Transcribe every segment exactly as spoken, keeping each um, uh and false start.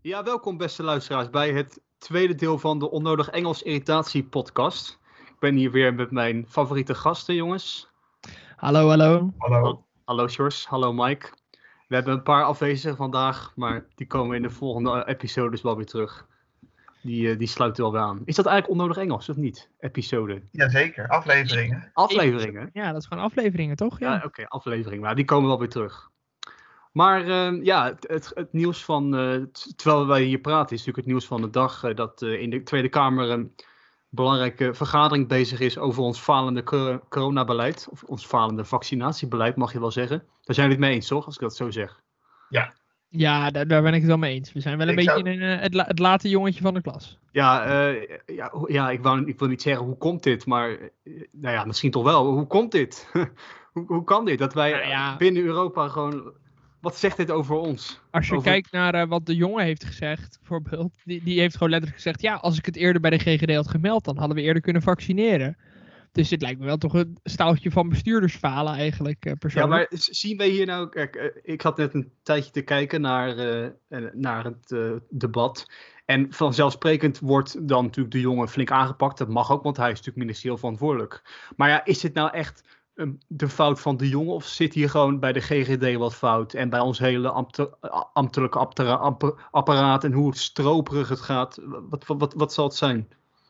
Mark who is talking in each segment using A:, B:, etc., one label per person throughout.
A: Ja, welkom beste luisteraars bij het tweede deel van de Onnodig Engels Irritatie podcast. Ik ben hier weer met mijn favoriete gasten, jongens.
B: Hallo, hallo.
C: Hallo.
A: Hallo Sjors, hallo Mike. We hebben een paar afwezigen vandaag, maar die komen in de volgende episodes wel weer terug. Die, uh, die sluiten wel weer aan. Is dat eigenlijk Onnodig Engels of niet? Episode?
C: Jazeker, afleveringen.
A: Afleveringen?
B: Ja, dat is gewoon afleveringen, toch? Ja,
A: Ja, oké, okay, afleveringen. Maar die komen wel weer terug. Maar uh, ja, het, het, het nieuws van, uh, t- terwijl wij hier praten, is natuurlijk het nieuws van de dag uh, dat uh, in de Tweede Kamer een belangrijke vergadering bezig is over ons falende cor- coronabeleid. Of ons falende vaccinatiebeleid, mag je wel zeggen. Daar zijn we het mee eens, toch? Als ik dat zo zeg.
C: Ja.
B: Ja, daar, daar ben ik het wel mee eens. We zijn wel een
C: Ik
B: beetje
C: zou-
B: in, uh, het, la- het late jongetje van de klas.
A: Ja, uh, ja, ho- ja ik, wou, ik wil niet zeggen hoe komt dit, maar uh, nou ja, misschien toch wel. Hoe komt dit? hoe, hoe kan dit? Dat wij
B: Nou ja.
A: binnen Europa gewoon... Wat zegt dit over ons?
B: Als je
A: Over-
B: kijkt naar uh, wat de jongen heeft gezegd, bijvoorbeeld. Die, die heeft gewoon letterlijk gezegd, ja, als ik het eerder bij de G G D had gemeld, dan hadden we eerder kunnen vaccineren. Dus dit lijkt me wel toch een staaltje van bestuurdersfalen eigenlijk, uh,
A: Ja,
B: persoonlijk.
A: maar z- zien wij hier nou... Kijk, eh, ik had net een tijdje te kijken naar, eh, eh, naar het eh, debat. En vanzelfsprekend wordt dan natuurlijk de jongen flink aangepakt. Dat mag ook, want hij is natuurlijk ministerieel verantwoordelijk. Maar ja, is dit nou echt eh, de fout van de jongen? Of zit hier gewoon bij de G G D wat fout? En bij ons hele ambte- ambtelijke aptera- ampe- apparaat en hoe stroperig het gaat? Wat, wat, wat, wat zal het zijn?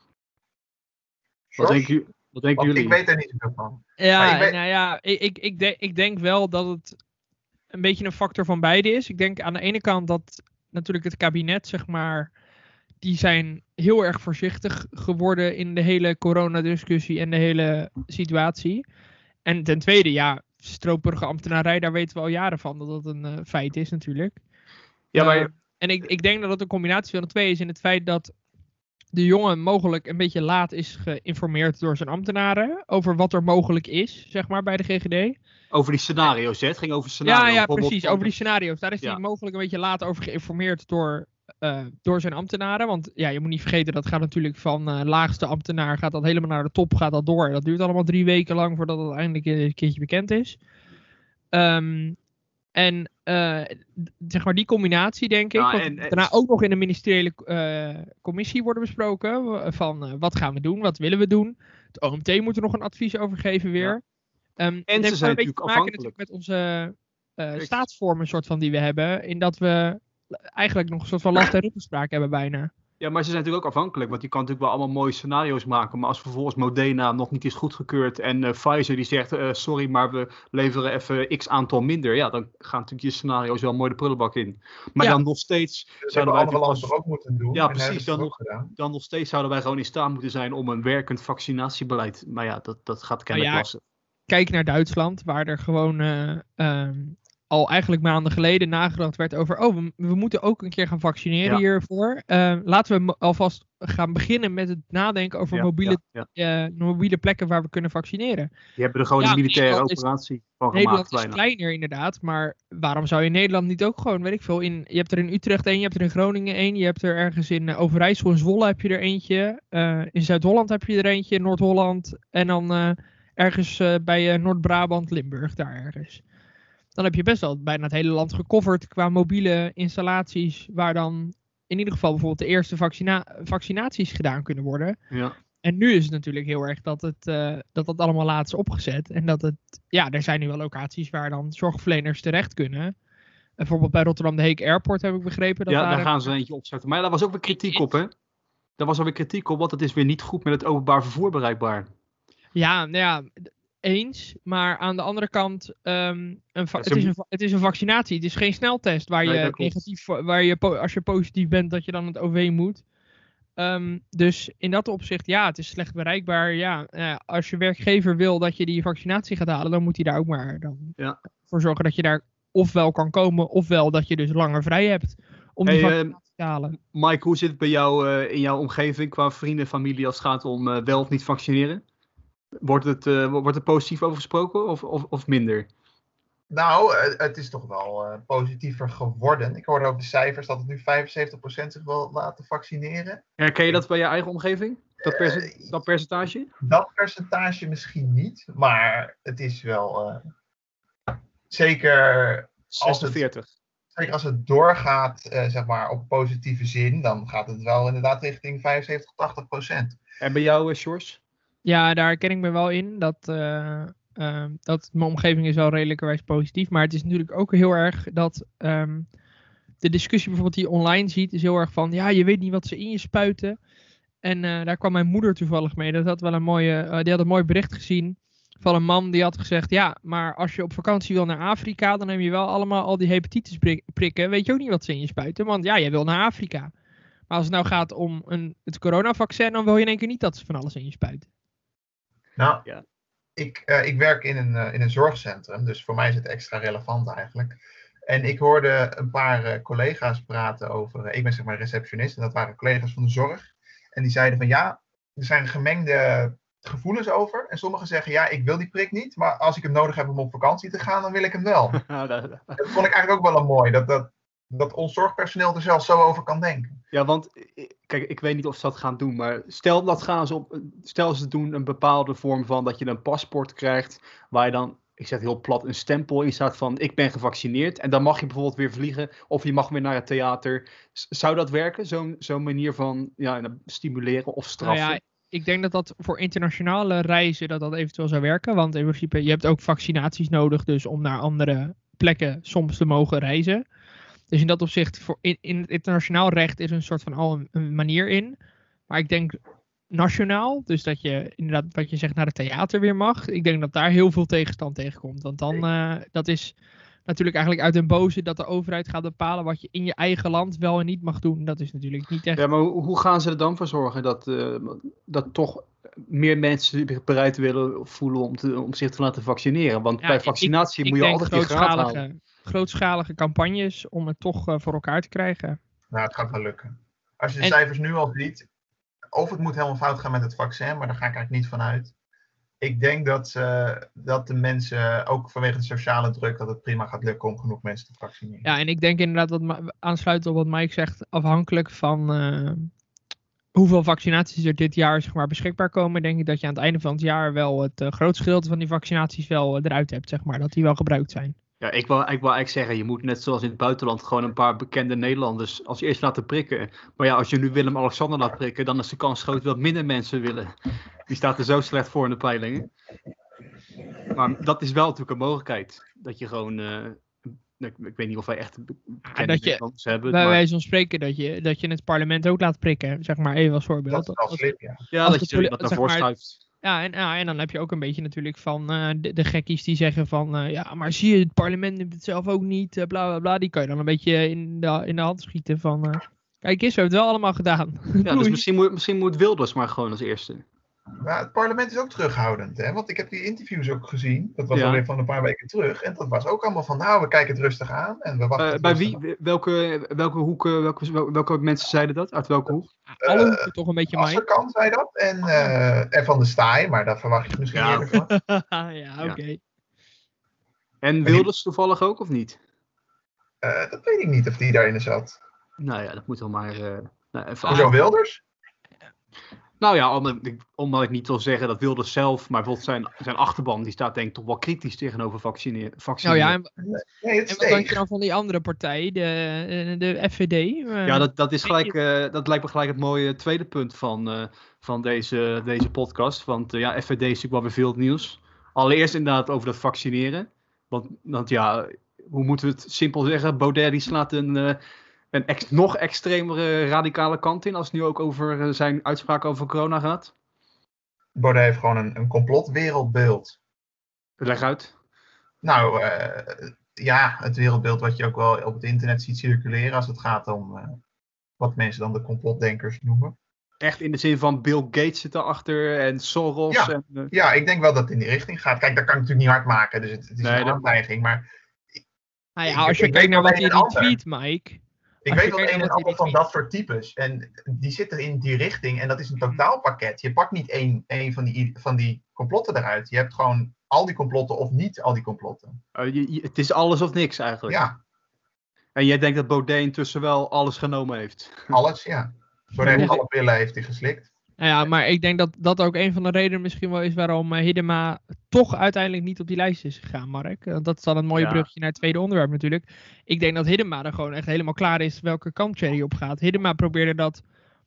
A: Wat
C: Sjors?
A: denken, ju- wat denken
C: Want
A: jullie?
C: ik weet er niet zoveel van.
B: Ja,
C: Maar ik weet-
B: nou ja, ik, ik, ik, denk, ik denk wel dat het een beetje een factor van beide is. Ik denk aan de ene kant dat natuurlijk het kabinet, zeg maar, die zijn heel erg voorzichtig geworden in de hele coronadiscussie en de hele situatie. En ten tweede, ja, stroperige ambtenarij, daar weten we al jaren van dat dat een uh, feit is natuurlijk.
A: Ja, maar...
B: Uh, en ik, ik denk dat het een combinatie van de twee is in het feit dat de jongen mogelijk een beetje laat is geïnformeerd door zijn ambtenaren over wat er mogelijk is, zeg maar, bij de G G D.
A: Over die scenario's, hè? Het ging over scenario's.
B: Ja, ja,
A: Bijvoorbeeld
B: precies.
A: van-
B: Over die scenario's. Daar is
A: Ja.
B: hij mogelijk een beetje laat over geïnformeerd door, uh, door zijn ambtenaren. Want ja, je moet niet vergeten, dat gaat natuurlijk van uh, laagste ambtenaar, gaat dat helemaal naar de top, gaat dat door. Dat duurt allemaal drie weken lang voordat het eindelijk een keertje bekend is. Um, en uh, zeg maar die combinatie, denk ik.
A: Ja,
B: wat
A: en- en-
B: daarna ook nog in de ministeriële uh, commissie worden besproken. uh, Van uh, wat gaan we doen, wat willen we doen. Het O M T moet er nog een advies over geven weer.
A: Ja.
B: Um,
A: En
B: het
A: ze
B: heeft
A: zijn
B: een beetje
A: natuurlijk
B: te maken
A: afhankelijk.
B: natuurlijk met onze uh,
A: Kijk.
B: staatsvormen soort van die we hebben. In dat we eigenlijk nog een soort van last- en ruggespraak hebben bijna.
A: Ja, maar ze zijn natuurlijk ook afhankelijk, want je kan natuurlijk wel allemaal mooie scenario's maken, maar als vervolgens Moderna nog niet is goedgekeurd en uh, Pfizer die zegt, uh, sorry, maar we leveren even x aantal minder, ja, dan gaan natuurlijk je scenario's wel mooi de prullenbak in. Maar
B: Ja.
A: dan nog steeds
C: Dat
A: zouden
C: hebben
A: wij
C: andere
A: natuurlijk
C: landen
A: als-
C: toch ook moeten doen.
A: Ja,
C: en
A: precies,
C: hebben ze het
A: dan-
C: ook gedaan.
A: dan nog steeds zouden wij gewoon in staat moeten zijn om een werkend vaccinatiebeleid, maar ja, dat, dat gaat kennelijk
B: ja,
A: lastig.
B: Kijk naar Duitsland, waar er gewoon uh, um, al eigenlijk maanden geleden nagedacht werd over, oh, we, we moeten ook een keer gaan vaccineren
A: Ja.
B: hiervoor. Uh, laten we mo- alvast gaan beginnen met het nadenken over
A: Ja,
B: mobiele,
A: ja, ja.
B: uh, mobiele plekken waar we kunnen vaccineren.
A: Die hebben er gewoon
B: Ja,
A: een militaire
B: Nederland is-
A: operatie van
B: Nederland
A: gemaakt
B: is
A: bijna.
B: kleiner inderdaad, maar waarom zou je in Nederland niet ook gewoon, weet ik veel, in, je hebt er in Utrecht één, je hebt er in Groningen één, je hebt er ergens in uh, Overijssel en Zwolle heb je er eentje, uh, in Zuid-Holland heb je er eentje, in Noord-Holland en dan uh, ergens uh, bij uh, Noord-Brabant, Limburg, daar ergens. Dan heb je best wel bijna het hele land gecoverd qua mobiele installaties, waar dan in ieder geval bijvoorbeeld de eerste vaccina- vaccinaties gedaan kunnen worden.
A: Ja.
B: En nu is het natuurlijk heel erg dat het, uh, dat, dat allemaal laat is opgezet. En dat het, ja, er zijn nu wel locaties waar dan zorgverleners terecht kunnen. En bijvoorbeeld bij Rotterdam de Heek Airport heb ik begrepen. Dat
A: Ja,
B: daar
A: daar
B: een-
A: gaan ze eentje opzetten. Maar ja, daar was ook weer kritiek op, hè? Daar was alweer kritiek op, want het is weer niet goed met het openbaar vervoer bereikbaar.
B: Ja, nou ja, eens. Maar aan de andere kant, um, een va-
A: Ja, ze
B: het, is
A: mo-
B: een, va- het is een vaccinatie. Het is geen sneltest waar
A: Nee,
B: je
A: dat klopt.
B: negatief, waar je, po- als je positief bent, dat je dan het O V moet. Um, dus in dat opzicht, ja, het is slecht bereikbaar. Ja, uh, als je werkgever wil dat je die vaccinatie gaat halen, dan moet hij daar ook maar dan
A: Ja.
B: voor zorgen dat je daar ofwel kan komen, ofwel dat je dus langer vrij hebt om die
A: Hey,
B: vaccinatie te halen.
A: Mike, hoe zit het bij jou uh, in jouw omgeving qua vrienden en familie als het gaat om uh, wel of niet vaccineren? Wordt het, uh, wordt er positief over gesproken of, of, of minder?
C: Nou, uh, het is toch wel uh, positiever geworden. Ik hoorde ook de cijfers dat het nu vijfenzeventig procent zich wil laten vaccineren.
A: Herken je dat bij je eigen omgeving? Dat, perce-
C: Uh,
A: dat percentage?
C: Dat percentage misschien niet, maar het is wel uh, zeker als
A: zestig
C: het
A: veertig.
C: zeker als het doorgaat, uh, zeg maar, op positieve zin, dan gaat het wel inderdaad richting vijfenzeventig tot tachtig procent.
A: En bij jou, uh, Sjors?
B: Ja, daar ken ik me wel in. Dat, uh, uh, dat mijn omgeving is wel redelijkerwijs positief. Maar het is natuurlijk ook heel erg dat um, de discussie bijvoorbeeld die je online ziet, is heel erg van, ja, je weet niet wat ze in je spuiten. En uh, daar kwam mijn moeder toevallig mee. Dat had wel een mooie, uh, die had een mooi bericht gezien van een man die had gezegd, ja, maar als je op vakantie wil naar Afrika, dan neem je wel allemaal al die hepatitis prikken. Weet je ook niet wat ze in je spuiten, want ja, jij wil naar Afrika. Maar als het nou gaat om een, het coronavaccin, dan wil je in één keer niet dat ze van alles in je spuiten.
C: Nou, ja. ik, uh, ik werk in een, uh, in een zorgcentrum, dus voor mij is het extra relevant eigenlijk. En ik hoorde een paar uh, collega's praten over, uh, ik ben zeg maar receptionist, en dat waren collega's van de zorg. En die zeiden van ja, er zijn gemengde gevoelens over. En sommigen zeggen ja, ik wil die prik niet, maar als ik hem nodig heb om op vakantie te gaan, dan wil ik hem wel. Dat vond ik eigenlijk ook wel een mooi, dat, dat, dat ons zorgpersoneel er zelfs zo over kan denken.
A: Ja, want kijk, ik weet niet of ze dat gaan doen, maar stel dat gaan ze op, stel ze doen een bepaalde vorm van dat je een paspoort krijgt, waar je dan, ik zeg heel plat, een stempel in staat van ik ben gevaccineerd. En dan mag je bijvoorbeeld weer vliegen of je mag weer naar het theater. Zou dat werken? Zo'n zo'n manier van ja, stimuleren of straffen?
B: Nou ja, ik denk dat dat voor internationale reizen dat dat eventueel zou werken. Want in principe, je hebt ook vaccinaties nodig dus om naar andere plekken soms te mogen reizen. Dus in dat opzicht, voor in, in het internationaal recht is er een soort van al een, een manier in. Maar ik denk nationaal, dus dat je inderdaad wat je zegt naar het theater weer mag. Ik denk dat daar heel veel tegenstand tegenkomt. Want dan, uh, dat is natuurlijk eigenlijk uit den boze dat de overheid gaat bepalen wat je in je eigen land wel en niet mag doen. Dat is natuurlijk niet echt...
A: Ja, maar hoe gaan ze er dan voor zorgen dat, uh, dat toch meer mensen zich bereid willen voelen om, te, om zich te laten vaccineren? Want ja, bij vaccinatie
B: ik,
A: moet
B: ik
A: je altijd je graad halen.
B: Grootschalige campagnes om het toch uh, voor elkaar te krijgen.
C: Nou, het gaat wel lukken. Als je de
B: en,
C: cijfers nu al ziet, of het moet helemaal fout gaan met het vaccin, maar daar ga ik eigenlijk niet van uit. Ik denk dat, uh, dat de mensen, ook vanwege de sociale druk, dat het prima gaat lukken om genoeg mensen te vaccineren.
B: Ja, en ik denk inderdaad, wat aansluit op wat Mike zegt, afhankelijk van uh, hoeveel vaccinaties er dit jaar zeg maar, beschikbaar komen, denk ik dat je aan het einde van het jaar wel het uh, grootste gedeelte van die vaccinaties wel uh, eruit hebt, zeg maar, dat die wel gebruikt zijn.
A: Ja, ik wil, ik wil eigenlijk zeggen, je moet net zoals in het buitenland gewoon een paar bekende Nederlanders als eerst laten prikken. Maar ja, als je nu Willem-Alexander laat prikken, dan is de kans groot dat minder mensen willen. Die staat er zo slecht voor in de peilingen. Maar dat is wel natuurlijk een mogelijkheid. Dat je gewoon, uh, ik, ik weet niet of wij echt bekende
B: ja,
A: Nederlanders hebben.
B: Bij
A: maar...
B: wijze van spreken dat je, dat je het parlement ook laat prikken, zeg maar even als voorbeeld.
C: Dat is wel slim, ja.
A: Ja, dat je dat naar voren schuift.
B: Ja en, ja, en dan heb je ook een beetje natuurlijk van uh, de, de gekkies die zeggen van... Uh, ja, maar zie je, het parlement neemt het zelf ook niet, uh, bla bla bla. Die kan je dan een beetje in de, in de hand schieten van... Uh, kijk eens, we hebben het wel allemaal gedaan.
A: Ja, dus misschien moet, misschien moet Wilders maar gewoon als eerste.
C: Maar het parlement is ook terughoudend, hè? Want ik heb die interviews ook gezien. Dat was
A: ja.
C: alweer van een paar weken terug. En dat was ook allemaal van, nou, we kijken het rustig aan. En we wachten
A: uh, bij wie? Welke, welke hoeken, welke, welke mensen zeiden dat? Uit welke hoek?
B: Uh, Alle hoeken toch een beetje mij.
C: Asserkant zei dat. En, uh, en Van de Staaij, maar daar verwacht je misschien
A: ja.
C: eerder van.
B: ja, oké. Okay.
A: En Wilders toevallig ook, of niet?
C: Uh, dat weet ik niet of die daarin zat.
A: Nou ja, dat moet wel maar... Uh, nou, even
C: Hoezo Wilders?
A: Nou ja, omdat ik, omdat ik niet wil zeggen dat Wilders zelf, maar bijvoorbeeld zijn, zijn achterban, die staat denk ik toch wel kritisch tegenover vaccineren.
B: Nou ja, en,
C: nee,
B: en wat denk je dan van die andere partij, de, de F V D? Uh,
A: ja, dat, dat, is gelijk, uh, dat lijkt me gelijk het mooie tweede punt van, uh, van deze, deze podcast. Want uh, ja, F V D is natuurlijk wel weer veel het nieuws. Allereerst inderdaad over dat vaccineren. Want, want ja, hoe moeten we het simpel zeggen? Baudet die slaat een... Uh, een ex, nog extremere radicale kant in als het nu ook over zijn uitspraak over corona gaat?
C: Baudet heeft gewoon een, een complotwereldbeeld.
A: Leg uit.
C: Nou, uh, ja, het wereldbeeld wat je ook wel op het internet ziet circuleren als het gaat om uh, wat mensen dan de complotdenkers noemen.
A: Echt in de zin van Bill Gates zit erachter en Soros?
C: Ja,
A: en, uh...
C: ja, ik denk wel dat het in die richting gaat. Kijk, dat kan ik natuurlijk niet hard maken, dus het, het is nee, een aantijging, maar...
B: Nou ja, als je kijkt naar wat hij retweet, Mike...
C: Ik weet wel een en ander van dat soort types. En die zitten in die richting. En dat is een totaalpakket. Je pakt niet één, één van, die, van die complotten eruit. Je hebt gewoon al die complotten of niet al die complotten.
A: Uh, je, je, het is alles of niks eigenlijk.
C: Ja.
A: En jij denkt dat Baudet intussen wel alles genomen heeft?
C: Alles, ja. Baudet heeft alle pillen heeft hij geslikt.
B: Ja, Nou ja, maar ik denk dat dat ook een van de redenen misschien wel is waarom uh, Hiddema toch uiteindelijk niet op die lijst is gegaan, Mark. Uh, dat is dan een mooie
A: Ja.
B: brugje naar het tweede onderwerp natuurlijk. Ik denk dat Hiddema er gewoon echt helemaal klaar is welke kant Thierry op gaat. Hiddema probeerde dat...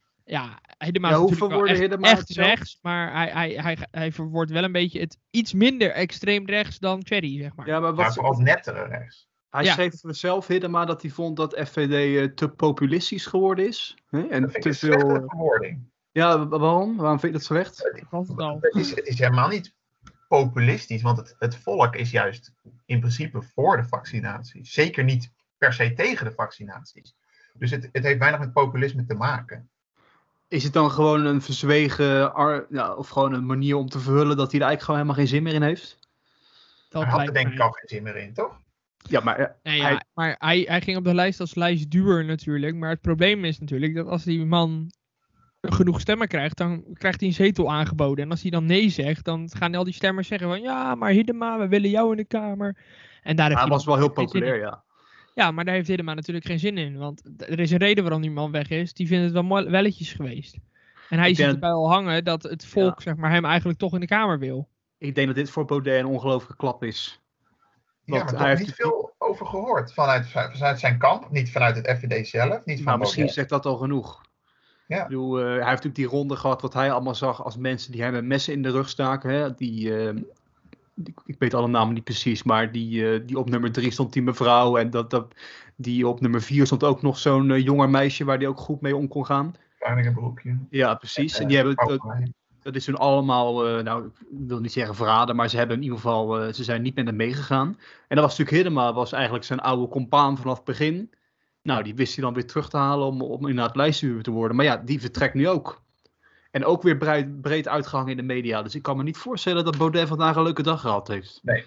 B: Ja, Hiddema
A: Ja,
B: is
A: hoe
B: natuurlijk wel
A: verwoordde
B: echt,
A: Hiddema
B: echt
A: het zelf?
B: rechts, maar hij, hij, hij, hij verwoordt wel een beetje het iets minder extreem rechts dan Thierry, zeg maar.
A: Ja, maar
C: Maar
A: wat,
C: vooral nettere rechts.
A: hij
B: Ja.
A: schreef zelf, Hiddema, dat hij vond dat F V D uh, te populistisch geworden is. Hè? En
C: Dat vind ik
A: te
C: een slechte
A: veel...
C: verwoording.
A: Ja, wa- waarom? Waarom vind je dat slecht?
B: Ik was het al.
C: Het is, het is helemaal niet populistisch, want het, het volk is juist in principe voor de vaccinaties. Zeker niet per se tegen de vaccinaties. Dus het, het heeft weinig met populisme te maken.
A: Is het dan gewoon een verzwegen, ar- ja, of gewoon een manier om te verhullen dat hij er eigenlijk gewoon helemaal geen zin meer in heeft?
B: Dat
C: Daar had er
B: lijkt
C: denk ik
B: mij.
C: al geen zin meer in, toch?
A: Ja, maar uh,
B: Nee, ja,
A: hij,
B: maar hij, hij ging op de lijst als lijstduwer natuurlijk. Maar het probleem is natuurlijk dat als die man genoeg stemmen krijgt, dan krijgt hij een zetel aangeboden. En als hij dan nee zegt, dan gaan al die stemmers zeggen van ja, maar Hiddema, we willen jou in de Kamer. En daar heeft
A: hij was
B: dan
A: wel heel
B: geen zin in.
A: populair, ja.
B: Ja, maar daar heeft Hiddema natuurlijk geen zin in. Want er is een reden waarom die man weg is. Die vindt het wel mooi, welletjes geweest. En hij
A: Ik
B: ziet
A: denk-
B: erbij al hangen dat het volk
A: Ja.
B: zeg maar, hem eigenlijk toch in de Kamer wil.
A: Ik denk dat dit voor Baudet een ongelooflijke klap is.
C: Ja,
A: Want
C: maar
A: hij
C: toch
A: heeft
C: niet
A: natuurlijk-
C: veel over gehoord. Vanuit, vanuit zijn kamp, niet vanuit het F V D zelf, niet van
A: Nou, misschien
C: Baudet.
A: zegt dat al genoeg.
C: Ja.
A: Ik bedoel, uh, hij heeft natuurlijk die ronde gehad wat hij allemaal zag als mensen die hem met messen in de rug staken. Hè? Die, uh, die, ik weet alle namen niet precies, maar die, uh, die op nummer drie stond die mevrouw. En dat, dat, die op nummer vier stond ook nog zo'n uh, jonger meisje waar die ook goed mee om kon gaan.
C: Kleine broekje.
A: Ja, precies.
C: En,
A: En die
C: uh,
A: hebben, dat,
C: Pauwijn.
A: dat is hun allemaal, uh, nou, ik wil niet zeggen verraden, maar ze hebben in ieder geval, uh, ze zijn niet met hem meegegaan. En dat was natuurlijk Hiddema, was eigenlijk zijn oude compaan vanaf het begin. Nou, die wist hij dan weer terug te halen om, om inderdaad lijstduwer te worden. Maar ja, die vertrekt nu ook. En ook weer breed, breed uitgehangen in de media. Dus ik kan me niet voorstellen dat Baudet vandaag een leuke dag gehad heeft.
B: Nee,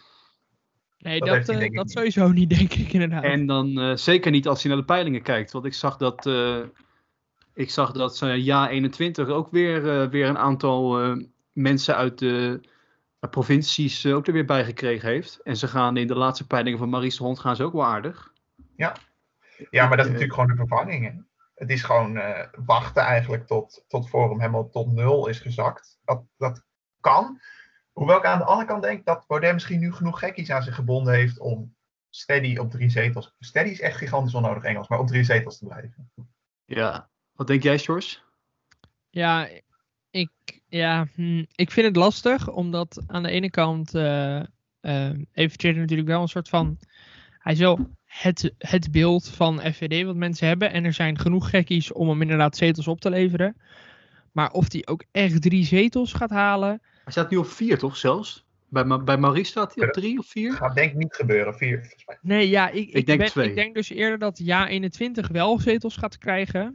C: Dat
B: dat,
C: heeft hij
B: uh,
C: denk ik
B: dat
C: niet.
B: sowieso niet, denk ik inderdaad.
A: En dan uh, zeker niet als hij naar de peilingen kijkt. Want ik zag dat, uh, ik zag dat uh, Ja eenentwintig ook weer, uh, weer een aantal uh, mensen uit de uh, provincies uh, ook er weer bij gekregen heeft. En ze gaan in de laatste peilingen van Maurice de Hond gaan ze ook wel aardig.
C: Ja. Ja, maar dat is
A: Uh,
C: natuurlijk gewoon de vervanging. Hè? Het is gewoon uh, wachten eigenlijk tot, tot Forum helemaal tot nul is gezakt. Dat, dat kan. Hoewel ik aan de andere kant denk dat Baudet misschien nu genoeg gekkies aan zich gebonden heeft om steady op drie zetels. Steady is echt gigantisch onnodig Engels, maar op drie zetels te blijven.
A: Ja. Wat denk jij, George?
B: Ja, ik, ja hm, ik vind het lastig, omdat aan de ene kant uh, uh, heeft Thierry natuurlijk wel een soort van... Hij is wel het, het beeld van F V D wat mensen hebben. En er zijn genoeg gekkies om hem inderdaad zetels op te leveren. Maar of hij ook echt drie zetels gaat halen...
A: Hij staat nu op vier, toch zelfs? Bij, Ma- bij Maurice staat hij op drie of vier?
C: Dat gaat denk ik niet gebeuren. Vier, volgens mij.
B: Nee, ja, ik, ik,
A: Ik denk
B: ben,
A: twee.
B: ik denk dus eerder dat Ja eenentwintig wel zetels gaat krijgen.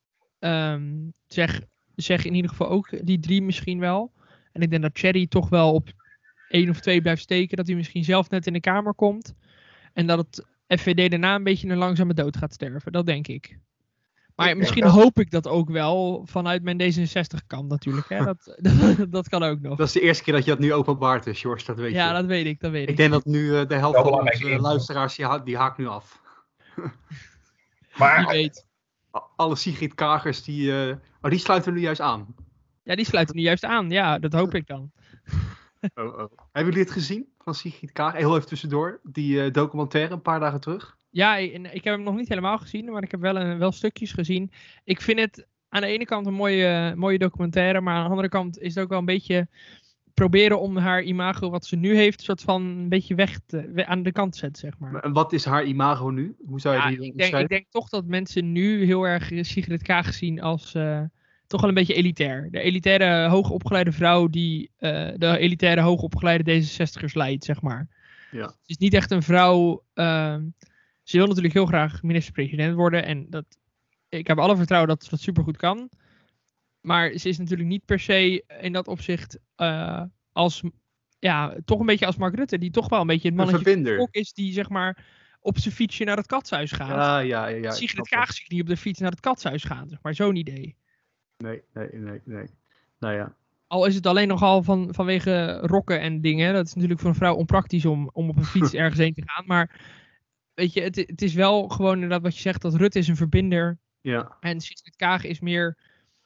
B: Um, zeg, zeg in ieder geval ook die drie misschien wel. En ik denk dat Thierry toch wel op één of twee blijft steken. Dat hij misschien zelf net in de Kamer komt. En dat het F V D daarna een beetje een langzame dood gaat sterven. Dat denk ik. Maar
C: Ik
B: misschien
C: denk dat-
B: hoop ik dat ook wel vanuit mijn D zesenzestig kant natuurlijk. Hè? Dat, dat, dat kan ook nog.
A: Dat is de eerste keer dat je dat nu openbaart, hè, George, dat weet
B: Ja,
A: je.
B: dat weet ik, dat weet ik.
A: Ik denk dat nu uh, de helft
C: Wel
A: van
C: belangrijk
A: onze
C: info.
A: luisteraars, die, ha- die haakt nu af.
B: Wie
C: Maar
B: weet.
A: A- Alle Sigrid Kagers, die, uh, oh, die sluiten nu juist aan.
B: Ja, die sluiten nu juist aan. Ja, dat hoop ik dan.
A: Oh, oh. Hebben jullie het gezien van Sigrid Kaag? Heel even tussendoor, die uh, documentaire een paar dagen terug.
B: Ja, ik, ik heb hem nog niet helemaal gezien, maar ik heb wel, een, wel stukjes gezien. Ik vind het aan de ene kant een mooie, mooie documentaire, maar aan de andere kant is het ook wel een beetje proberen om haar imago wat ze nu heeft, soort van een beetje weg te, we- aan de kant te zetten, zeg maar.
A: Maar, en wat is haar imago nu? Hoe zou je
B: Ja,
A: die
B: ik, denk,
A: omschrijven?
B: ik denk toch dat mensen nu heel erg Sigrid Kaag zien als uh, toch wel een beetje elitair. De elitaire hoogopgeleide vrouw die uh, de elitaire hoogopgeleide D zesenzestigers leidt, zeg maar.
A: Ja.
B: Het is niet echt een vrouw... Uh, ze wil natuurlijk heel graag minister-president worden. En dat, ik heb alle vertrouwen dat ze dat supergoed kan. Maar ze is natuurlijk niet per se in dat opzicht uh, als... Ja, toch een beetje als Mark Rutte. Die toch wel een beetje het
A: Een
B: mannetje van het
A: verbinder.
B: volk is. Die zeg maar op zijn fietsje naar het katshuis gaat.
A: Ja, ja, ja. ja ik
B: Sigrid
A: snap
B: Kaag
A: het.
B: zie ik niet op de fiets naar het katshuis gaan. Zeg maar zo'n idee.
A: Nee, nee, nee, nee. Nou ja.
B: Al is het alleen nogal van, vanwege rokken en dingen. Dat is natuurlijk voor een vrouw onpraktisch om, om op een fiets ergens heen te gaan. Maar weet je, het, het is wel gewoon inderdaad wat je zegt. Dat Rutte is een verbinder.
A: Ja.
B: En Sigrid Kaag is meer...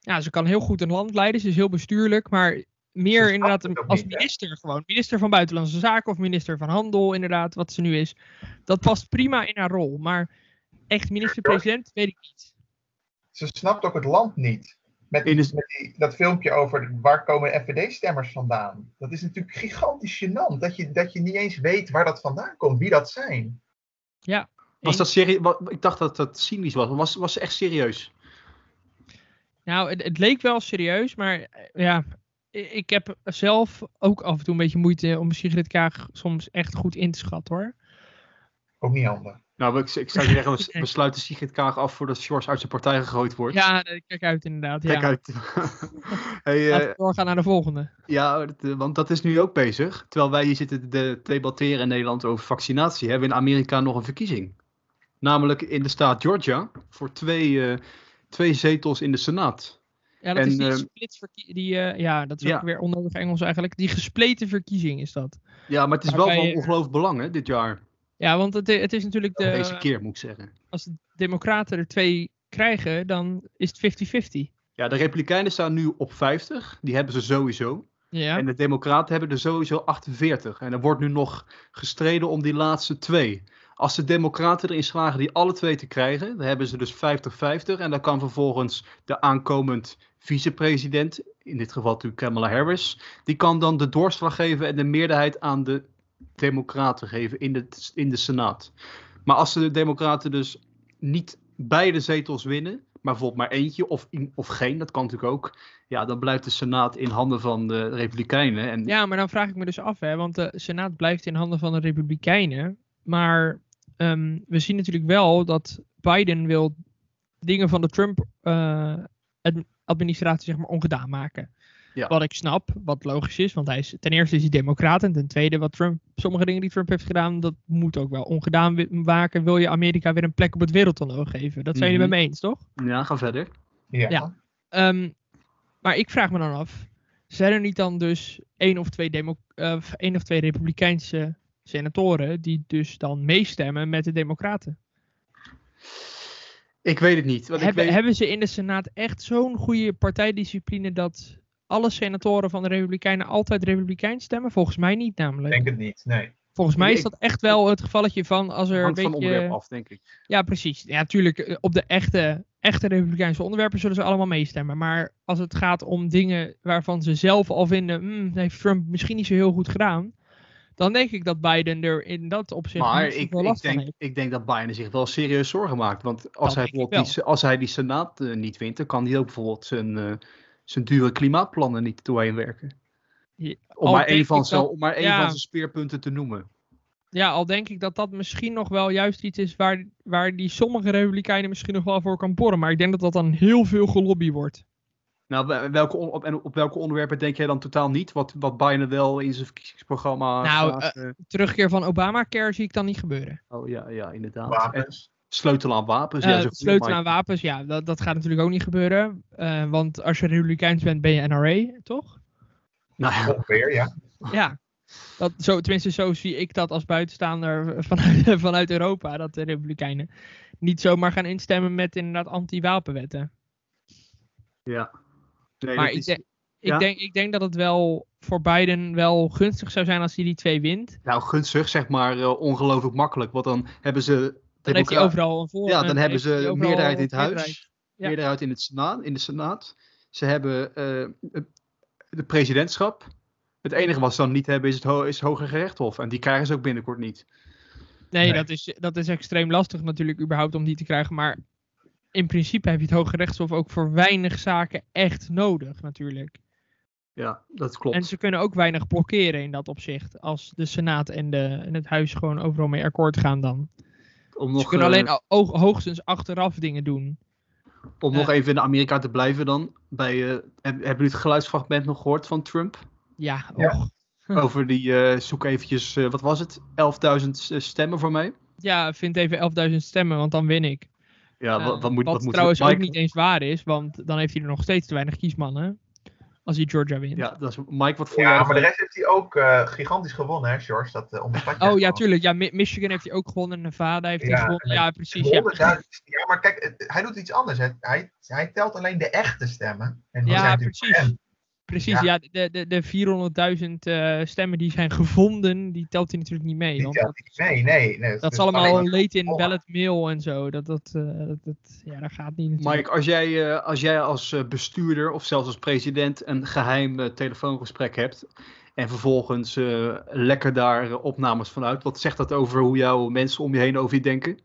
B: Ja, ze kan heel goed een land leiden. Ze is heel bestuurlijk, maar meer inderdaad een, als minister hè? gewoon. Minister van Buitenlandse Zaken of minister van Handel inderdaad, wat ze nu is. Dat past prima in haar rol, maar echt minister-president weet ik niet.
C: Ze snapt ook het land niet. Met, die, met die, dat filmpje over waar komen F V D-stemmers vandaan. Dat is natuurlijk gigantisch gênant. Dat je, dat je niet eens weet waar dat vandaan komt, wie dat zijn.
B: Ja.
A: Was dat serieus? Ik dacht dat dat cynisch was. Was, was ze echt serieus?
B: Nou, het, het leek wel serieus, maar ja, ik heb zelf ook af en toe een beetje moeite om Sigrid Kaag soms echt goed in te schatten, hoor.
C: Ook niet handig.
A: Nou, ik, ik zou zeggen, we, we sluiten Sigrid Kaag af voordat Sjors uit zijn partij gegooid wordt.
B: Ja, kijk uit inderdaad.
A: Kijk
B: ja.
A: uit. hey,
B: Laten we doorgaan naar de volgende.
A: Ja, want dat is nu ook bezig. Terwijl wij hier zitten te debatteren in Nederland over vaccinatie, hebben we in Amerika nog een verkiezing. Namelijk in de staat Georgia voor twee, uh, twee zetels in de Senaat.
B: Ja, dat
A: en,
B: is die
A: uh,
B: split verkie- die, uh, ja, dat is
A: ja.
B: ook weer onnodig Engels eigenlijk. Die gespleten verkiezing is dat.
A: Ja, maar het is
B: Waarbij,
A: wel van
B: uh,
A: ongelooflijk belang, hè, dit jaar.
B: Ja, want het, het is natuurlijk de...
A: Deze keer, moet ik zeggen.
B: Als de democraten er twee krijgen, dan is het vijftig vijftig.
A: Ja, de republikeinen staan nu op vijftig. Die hebben ze sowieso.
B: Ja.
A: En de democraten hebben er sowieso achtenveertig. En er wordt nu nog gestreden om die laatste twee. Als de democraten erin slagen die alle twee te krijgen, dan hebben ze dus vijftig vijftig. En dan kan vervolgens de aankomend vicepresident, in dit geval natuurlijk Kamala Harris, die kan dan de doorslag geven en de meerderheid aan de democraten geven in de, in de Senaat. Maar als de democraten dus niet beide zetels winnen, maar bijvoorbeeld maar eentje of, in, of geen, dat kan natuurlijk ook, ja, dan blijft de Senaat in handen van de Republikeinen. En...
B: Ja, maar dan vraag ik me dus af, hè, want de Senaat blijft in handen van de Republikeinen. Maar um, we zien natuurlijk wel dat Biden wil dingen van de Trump-administratie uh, zeg maar ongedaan maken. Ja. Wat ik snap, wat logisch is, want hij is, ten eerste is hij democraat en ten tweede wat Trump, sommige dingen die Trump heeft gedaan, dat moet ook wel ongedaan maken. Wil je Amerika weer een plek op het wereldtoneel geven? Dat zijn mm-hmm. jullie bij me eens, toch?
A: Ja, ga verder.
C: Ja.
B: ja. Um, maar ik vraag me dan af, zijn er niet dan dus één of twee, demo, uh, één of twee Republikeinse senatoren die dus dan meestemmen met de democraten?
A: Ik weet het niet. Want
B: hebben,
A: ik weet...
B: hebben ze in de Senaat echt zo'n goede partijdiscipline dat alle senatoren van de Republikeinen altijd Republikeins stemmen? Volgens mij niet namelijk.
C: Ik denk het niet, nee.
B: Volgens mij
A: ik,
B: is dat echt wel het gevalletje van als er een beetje...
A: van onderwerp af, denk ik.
B: Ja, precies. Ja, natuurlijk, op de echte, echte Republikeinse onderwerpen zullen ze allemaal meestemmen. Maar als het gaat om dingen waarvan ze zelf al vinden, hmm, heeft Trump misschien niet zo heel goed gedaan, dan denk ik dat Biden er in dat opzicht
A: maar
B: niet
A: ik,
B: zoveel last
A: ik denk,
B: van heeft.
A: ik denk dat Biden zich wel serieus zorgen maakt. Want als, hij bijvoorbeeld, die, als hij die Senaat uh, niet wint, dan kan hij ook bijvoorbeeld zijn, uh, zijn dure klimaatplannen niet doorheen werken. Ja, om, maar een van zo, dat, om maar één ja, van zijn speerpunten te noemen.
B: Ja, al denk ik dat dat misschien nog wel juist iets is waar, waar die sommige Republikeinen misschien nog wel voor kan porren. Maar ik denk dat dat dan heel veel gelobby wordt.
A: Nou, welke on- op, en op welke onderwerpen denk jij dan totaal niet? Wat, wat Biden wel in zijn verkiezingsprogramma...
B: Nou, uh, uh, terugkeer van Obamacare zie ik dan niet gebeuren.
A: Oh ja, ja inderdaad.
C: Wapens.
A: Sleutel aan wapens.
B: Uh,
A: ja, zo
B: sleutel aan wapens, ja, dat, dat gaat natuurlijk ook niet gebeuren. Uh, want als je Republikeins bent, ben je N R A, toch?
A: Nou ja.
C: Ongeveer, ja.
B: Ja. Dat, zo, tenminste, zo zie ik dat als buitenstaander vanuit, vanuit Europa. Dat de Republikeinen niet zomaar gaan instemmen met inderdaad anti-wapenwetten.
A: Ja. Nee,
B: maar ik,
A: is,
B: de,
A: ja?
B: ik, denk, ik denk dat het wel voor Biden wel gunstig zou zijn als hij die twee wint.
A: Nou, gunstig, zeg maar uh, ongelooflijk makkelijk. Want dan hebben ze...
B: Dan democra- heeft hij overal een voor.
A: Ja, dan hebben ze een meerderheid in het
B: meerderheid.
A: huis.
B: Ja.
A: Meerderheid in, het senaat, in de Senaat. Ze hebben uh, de presidentschap. Het enige wat ze dan niet hebben is het, ho- is het Hoge Gerechtshof. En die krijgen ze ook binnenkort niet.
B: Nee,
C: Nee.
B: Dat, is, dat is extreem lastig natuurlijk überhaupt om die te krijgen. Maar in principe heb je het Hoge Rechtshof ook voor weinig zaken echt nodig natuurlijk.
A: Ja, dat klopt.
B: En ze kunnen ook weinig blokkeren in dat opzicht. Als de Senaat en, de, en het Huis gewoon overal mee akkoord gaan dan.
A: Om
B: ze
A: nog,
B: kunnen
A: uh,
B: alleen o- hoogstens achteraf dingen doen.
A: Om uh, nog even in Amerika te blijven dan. Bij, uh, heb, hebben jullie het geluidsfragment nog gehoord van Trump?
B: Ja,
C: Ja.
B: och.
A: Over die, uh, zoek eventjes, uh, wat was het? elfduizend stemmen voor mij?
B: Ja, vind even elfduizend stemmen, want dan win ik.
A: Ja,
B: Uh,
A: wat, wat moet
B: wat
A: wat moet
B: trouwens
A: Mike...
B: ook niet eens waar is, want dan heeft hij er nog steeds te weinig kiesmannen. Als hij Georgia wint.
A: Ja, dat is Mike, wat voor
C: Ja,
A: jou
C: maar de
A: ervan?
C: rest heeft hij ook uh, gigantisch gewonnen, hè, George? Dat uh, onderschat je
B: Oh ja,
C: gewoon.
B: tuurlijk. Ja, Mi- Michigan heeft hij ook gewonnen. Nevada heeft hij
C: Ja,
B: gewonnen.
C: en
B: Ja,
C: met
B: precies. Ja,
C: honderdduizend Ja, maar kijk, het- hij doet iets anders. Hè. Hij, hij telt alleen de echte stemmen. En die
B: Ja,
C: zijn natuurlijk
B: precies.
C: voor hem.
B: precies.
C: Ja.
B: Ja, de, de, de vierhonderdduizend uh, stemmen die zijn gevonden, die telt hij natuurlijk niet mee.
C: Die
B: Want
C: telt
B: dat,
C: niet mee, nee. nee
B: dat is
C: dus
B: allemaal
C: alleen maar-
B: late in ballot mail en zo. Dat, dat, uh, dat, dat, ja, dat gaat niet natuurlijk.
A: Mike, als jij, uh, als jij als uh, bestuurder of zelfs als president een geheim uh, telefoongesprek hebt en vervolgens uh, lekker daar uh, opnames vanuit, wat zegt dat over hoe jouw mensen om je heen over je denken?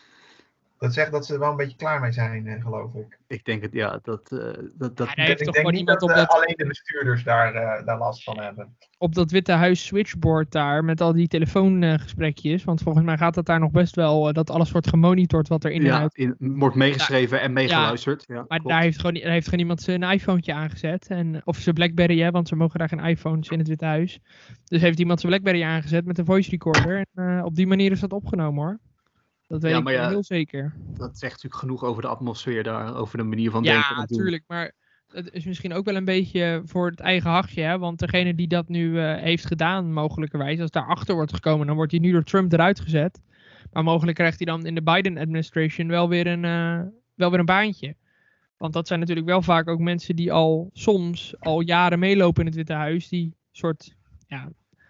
C: Dat zegt dat ze er wel een beetje klaar mee zijn, eh, geloof ik.
A: Ik denk het, ja. Dat, uh, dat, dat...
B: Ja, daar heeft
C: ik
B: toch
C: denk
B: gewoon
C: niet
B: iemand
C: dat,
B: op
C: uh,
B: dat,
C: alleen de bestuurders daar, uh, daar last van hebben.
B: op dat Witte Huis switchboard daar met al die telefoongesprekjes. Want volgens mij gaat dat daar nog best wel, uh, dat alles wordt gemonitord wat er in en
A: ja,
B: uit.
A: in, wordt meegeschreven ja. en meegeluisterd. Ja,
B: maar
A: klopt.
B: daar heeft, gewoon, daar heeft gewoon iemand zijn iPhonetje aangezet. En, of zijn Blackberry, hè, want ze mogen daar geen iPhones in het Witte Huis. Dus heeft iemand zijn Blackberry aangezet met een voice recorder. En uh, op die manier is dat opgenomen, hoor. Dat weet
A: ja,
B: ik
A: maar ja,
B: heel zeker.
A: Dat zegt natuurlijk genoeg over de atmosfeer daar, over de manier van
B: ja,
A: denken.
B: Ja, natuurlijk, maar het is misschien ook wel een beetje voor het eigen hachje, hè? Want degene die dat nu uh, heeft gedaan, mogelijkerwijs, als daarachter wordt gekomen, dan wordt hij nu door Trump eruit gezet. Maar mogelijk krijgt hij dan in de Biden-administration wel weer een, uh, wel weer een baantje. Want dat zijn natuurlijk wel vaak ook mensen die al soms al jaren meelopen in het Witte Huis, die soort, ja,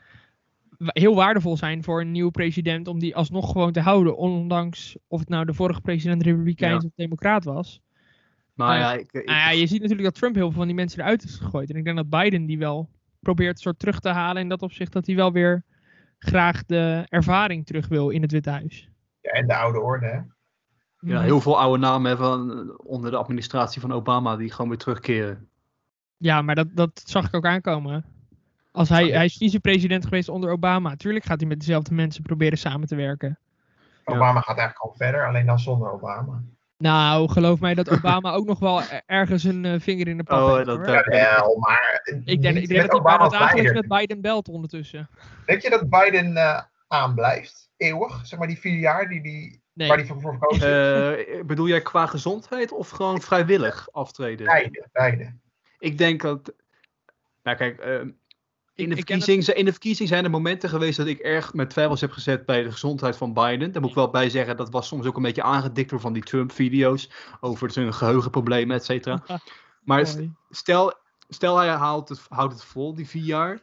B: heel waardevol zijn voor een nieuwe president om die alsnog gewoon te houden, ondanks of het nou de vorige president Republikeins ja. of Democraat was.
A: Maar
B: uh,
A: ja, ik, ik,
B: uh, ja, je ziet natuurlijk dat Trump heel veel van die mensen eruit heeft gegooid. En ik denk dat Biden die wel probeert soort terug te halen in dat opzicht dat hij wel weer graag de ervaring terug wil in het Witte Huis.
C: Ja, en de oude orde, hè?
A: Ja, heel veel oude namen hè, van, onder de administratie van Obama die gewoon weer terugkeren.
B: Ja, maar dat, dat zag ik ook aankomen. Als hij, hij is vicepresident geweest onder Obama. Tuurlijk gaat hij met dezelfde mensen proberen samen te werken.
C: Obama ja. gaat eigenlijk al verder, alleen dan zonder Obama.
B: Nou, geloof mij dat Obama ook nog wel ergens een uh, vinger in de pap
A: oh,
B: heeft.
A: Dat,
C: ja, wel, maar...
B: Ik denk, ik denk dat hij bijna dagelijks met Biden belt ondertussen.
C: Denk je dat Biden uh, aanblijft? Eeuwig? Zeg maar die vier jaar die, die, nee. waar hij voor verkozen
A: is? Uh, bedoel jij qua gezondheid of gewoon vrijwillig aftreden?
C: Beide, beide.
A: Ik denk dat... Nou kijk... Uh, In de, verkiezing, in de verkiezing zijn er momenten geweest dat ik erg met twijfels heb gezet bij de gezondheid van Biden. Daar moet ik wel bij zeggen, dat was soms ook een beetje aangedikt door van die Trump-video's over zijn geheugenproblemen, et cetera. Maar stel, stel hij haalt het, houdt het vol, die vier jaar.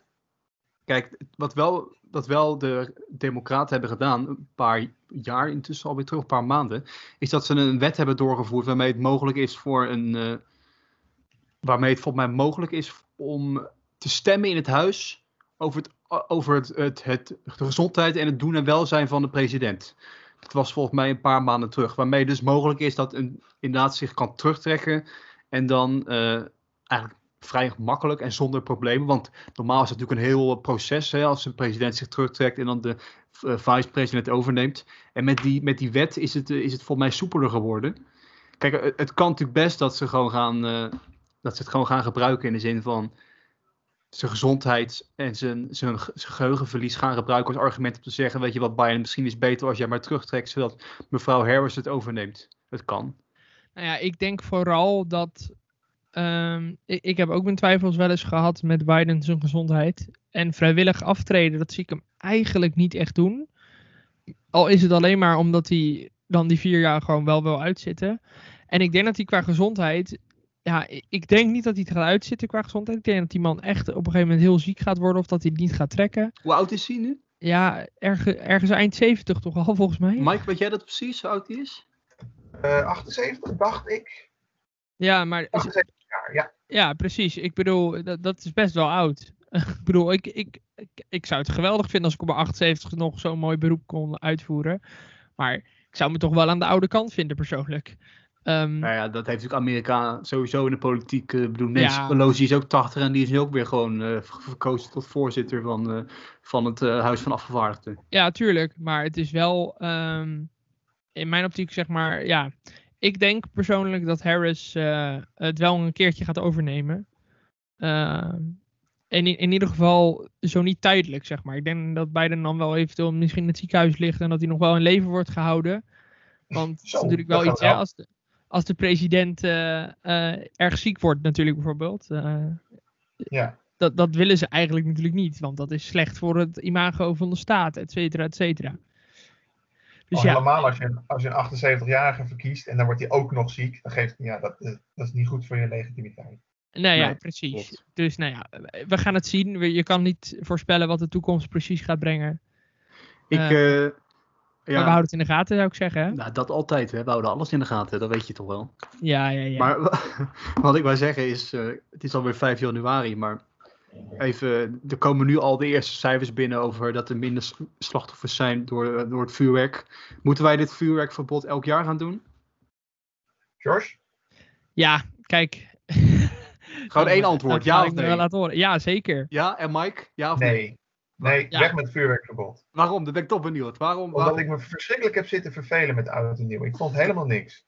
A: Kijk, wat wel, wat wel de Democraten hebben gedaan, een paar jaar intussen alweer terug, een paar maanden, is dat ze een wet hebben doorgevoerd waarmee het mogelijk is voor een, uh, waarmee het volgens mij mogelijk is om te stemmen in het huis over, het, over het, het, het, de gezondheid en het doen en welzijn van de president. Dat was volgens mij een paar maanden terug. Waarmee dus mogelijk is dat een inderdaad zich kan terugtrekken en dan uh, eigenlijk vrij makkelijk en zonder problemen. Want normaal is het natuurlijk een heel proces hè, als de president zich terugtrekt en dan de uh, vice-president overneemt. En met die, met die wet is het, uh, is het volgens mij soepeler geworden. Kijk, het, het kan natuurlijk best dat ze, gewoon gaan, uh, dat ze het gewoon gaan gebruiken in de zin van zijn gezondheid en zijn, zijn, zijn geheugenverlies gaan gebruiken als argument om te zeggen, weet je wat, Biden, misschien is het beter als jij maar terugtrekt, zodat mevrouw Harris het overneemt. Het kan.
B: Nou ja, ik denk vooral dat, um, ik, ik heb ook mijn twijfels wel eens gehad met Biden zijn gezondheid. En vrijwillig aftreden, dat zie ik hem eigenlijk niet echt doen. Al is het alleen maar omdat hij dan die vier jaar gewoon wel wil uitzitten. En ik denk dat hij qua gezondheid... Ja, ik denk niet dat hij het gaat uitzitten qua gezondheid. Ik denk dat die man echt op een gegeven moment heel ziek gaat worden of dat hij het niet gaat trekken.
A: Hoe oud is hij nu?
B: Ja, erg, ergens eind zeventig toch al volgens mij.
A: Mike, weet jij dat precies, hoe oud hij is?
C: Uh, achtenzeventig, dacht ik.
B: Ja, maar...
C: achtenzeventig jaar, ja.
B: Ja, precies. Ik bedoel, dat, dat is best wel oud. ik bedoel, ik, ik, ik, ik zou het geweldig vinden als ik op mijn achtenzeventig nog zo'n mooi beroep kon uitvoeren. Maar ik zou me toch wel aan de oude kant vinden persoonlijk. Um,
A: nou ja, dat heeft natuurlijk Amerika sowieso in de politiek. Ik uh, bedoel, Nancy
B: ja.
A: Pelosi is ook tachtig en die is nu ook weer gewoon uh, verkozen tot voorzitter van, uh, van het uh, Huis van Afgevaardigden.
B: Ja, tuurlijk. Maar het is wel, um, in mijn optiek zeg maar, ja. Ik denk persoonlijk dat Harris uh, het wel een keertje gaat overnemen. Uh, en in, in ieder geval zo niet tijdelijk, zeg maar. Ik denk dat Biden dan wel eventueel misschien in het ziekenhuis ligt en dat hij nog wel in leven wordt gehouden. Want het is natuurlijk wel iets, hè, als de, als de president uh, uh, erg ziek wordt natuurlijk bijvoorbeeld. Uh,
C: Ja.
B: Dat, dat willen ze eigenlijk natuurlijk niet, want dat is slecht voor het imago van de staat, et cetera, et cetera. Dus
C: Al
B: ja,
C: helemaal als je, een- als je een achtenzeventigjarige verkiest en dan wordt hij ook nog ziek, dan geeft, ja, dat, is- dat is niet goed voor je legitimiteit.
B: nou ja,
A: Nee,
B: precies.
A: klopt.
B: Dus nou ja, we gaan het zien. We- Je kan niet voorspellen wat de toekomst precies gaat brengen.
A: Ik,
B: Eh,
A: eh,
B: Maar we
A: ja,
B: houden het in de gaten, zou ik zeggen. Hè?
A: nou, dat altijd. Hè. We houden alles in de gaten, dat weet je toch wel.
B: Ja, ja, ja.
A: Maar wat ik wou zeggen is, eh, het is alweer vijf januari, maar even, er komen nu al de eerste cijfers binnen over dat er minder s- slachtoffers zijn door, door het vuurwerk. Moeten wij dit vuurwerkverbod elk jaar gaan doen?
C: George?
B: Ja, kijk.
A: Gewoon één
B: Dan,
A: antwoord,
B: dan
A: ja
B: ga
A: of
B: ik me
A: nee?
B: wel laten horen. Ja, zeker.
A: Ja, en Mike? Ja of nee?
C: Nee. Nee,
B: Ja.
C: weg met het vuurwerkverbod.
A: Waarom? Dat ben ik toch benieuwd. Waarom?
C: Omdat
A: waarom?
C: ik me verschrikkelijk heb zitten vervelen met oud en nieuw. Ik vond helemaal niks.